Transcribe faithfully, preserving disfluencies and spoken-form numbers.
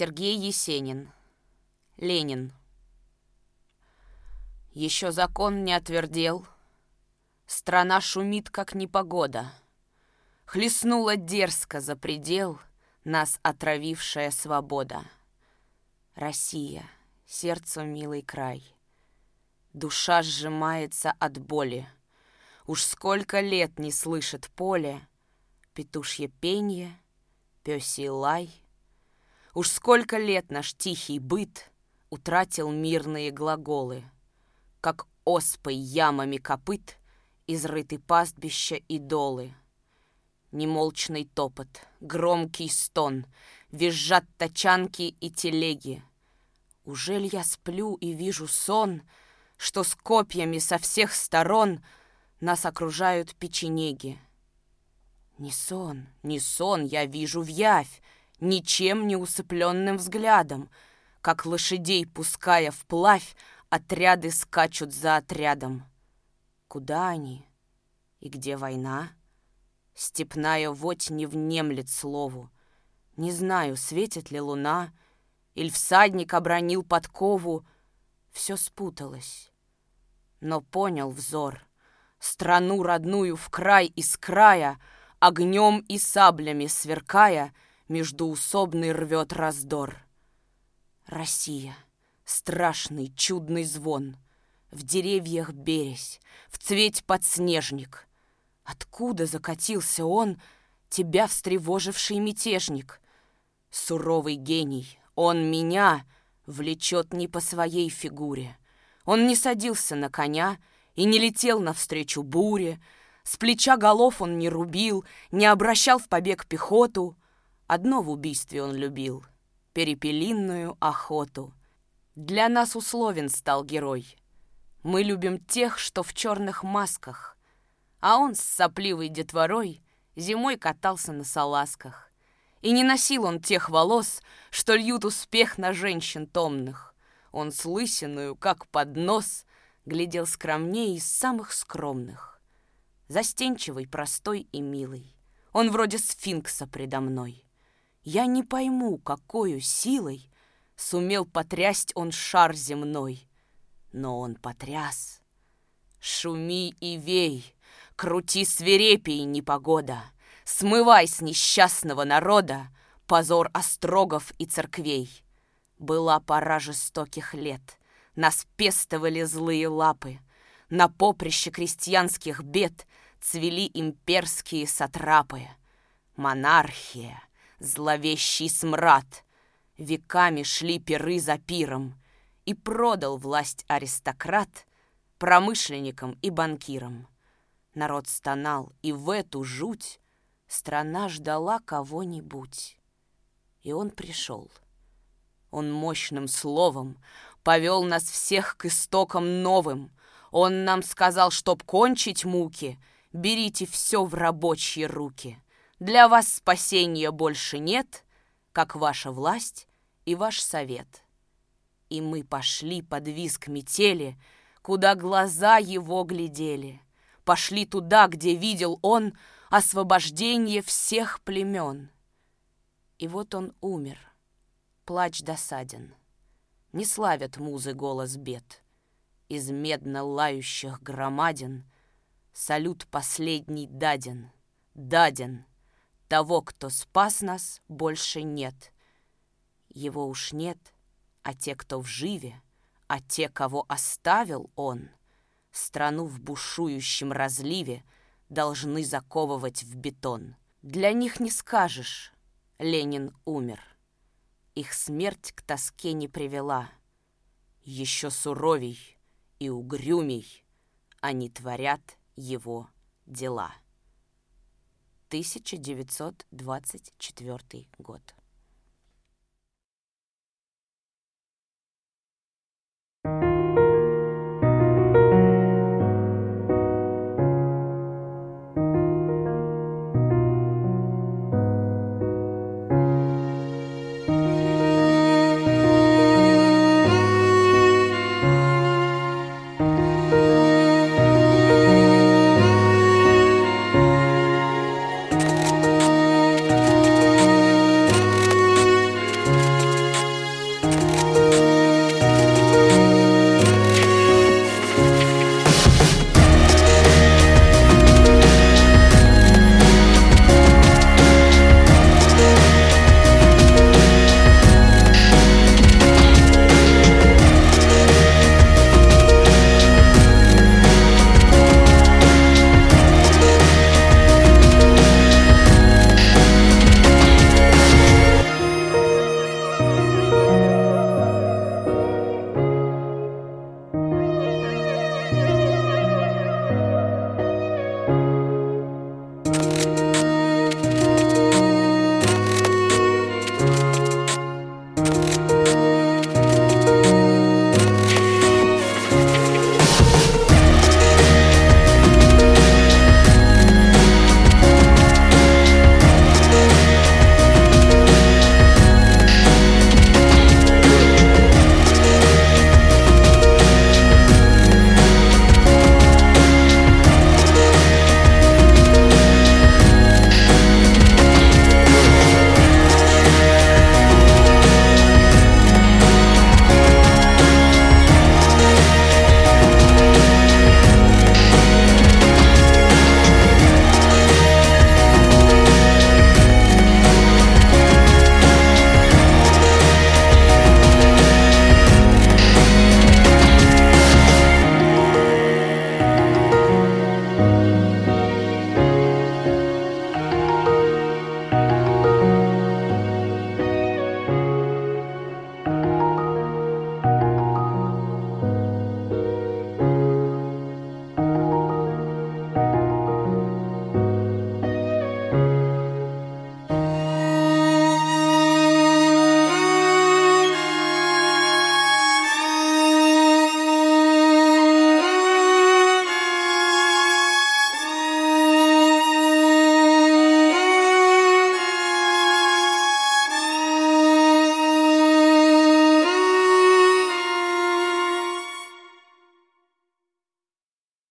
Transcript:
Сергей Есенин. Ленин. Еще закон не отвердел, страна шумит, как непогода. Хлестнула дерзко за предел нас отравившая свобода. Россия, сердцу милый край, душа сжимается от боли. Уж сколько лет не слышит поле петушье пенье, пёсий лай. Уж сколько лет наш тихий быт утратил мирные глаголы, как оспой ямами копыт изрыты пастбища и долы. Немолчный топот, громкий стон, визжат тачанки и телеги. Ужель я сплю и вижу сон, что с копьями со всех сторон нас окружают печенеги? Не сон, не сон, я вижу вявь, ничем не усыпленным взглядом, как лошадей, пуская вплавь, отряды скачут за отрядом. Куда они? И где война? Степная водь не внемлет слову. Не знаю, светит ли луна, иль всадник обронил подкову. Все спуталось, но понял взор. Страну родную в край из края, огнем и саблями сверкая, междуусобный рвет раздор. Россия, страшный чудный звон, в деревьях березь, в цветь подснежник. Откуда закатился он, тебя встревоживший мятежник? Суровый гений, он меня влечет не по своей фигуре. Он не садился на коня и не летел навстречу буре. С плеча голов он не рубил, не обращал в побег пехоту. Одно в убийстве он любил — перепелиную охоту. Для нас условен стал герой. Мы любим тех, что в черных масках, а он с сопливой детворой зимой катался на салазках. И не носил он тех волос, что льют успех на женщин томных. Он с лысиною, как поднос, глядел скромнее из самых скромных. Застенчивый, простой и милый, он вроде сфинкса предо мной. Я не пойму, какою силой сумел потрясть он шар земной, но он потряс. Шуми и вей, крути свирепей, непогода, смывай с несчастного народа позор острогов и церквей. Была пора жестоких лет, нас пестовали злые лапы, на поприще крестьянских бед цвели имперские сатрапы. Монархия, зловещий смрад, веками шли пиры за пиром, и продал власть аристократ промышленникам и банкирам. Народ стонал, и в эту жуть страна ждала кого-нибудь. И он пришел. Он мощным словом повел нас всех к истокам новым. Он нам сказал, чтоб кончить муки, берите все в рабочие руки. Для вас спасения больше нет, как ваша власть и ваш совет. И мы пошли под визг метели, куда глаза его глядели. Пошли туда, где видел он освобождение всех племен. И вот он умер, плач досаден. Не славят музы голос бед. Из медно лающих громадин салют последний даден, даден. Того, кто спас нас, больше нет. Его уж нет, а те, кто в живе, а те, кого оставил он, страну в бушующем разливе должны заковывать в бетон. Для них не скажешь: Ленин умер. Их смерть к тоске не привела. Еще суровей и угрюмей они творят его дела. тысяча девятьсот двадцать четвёртый год.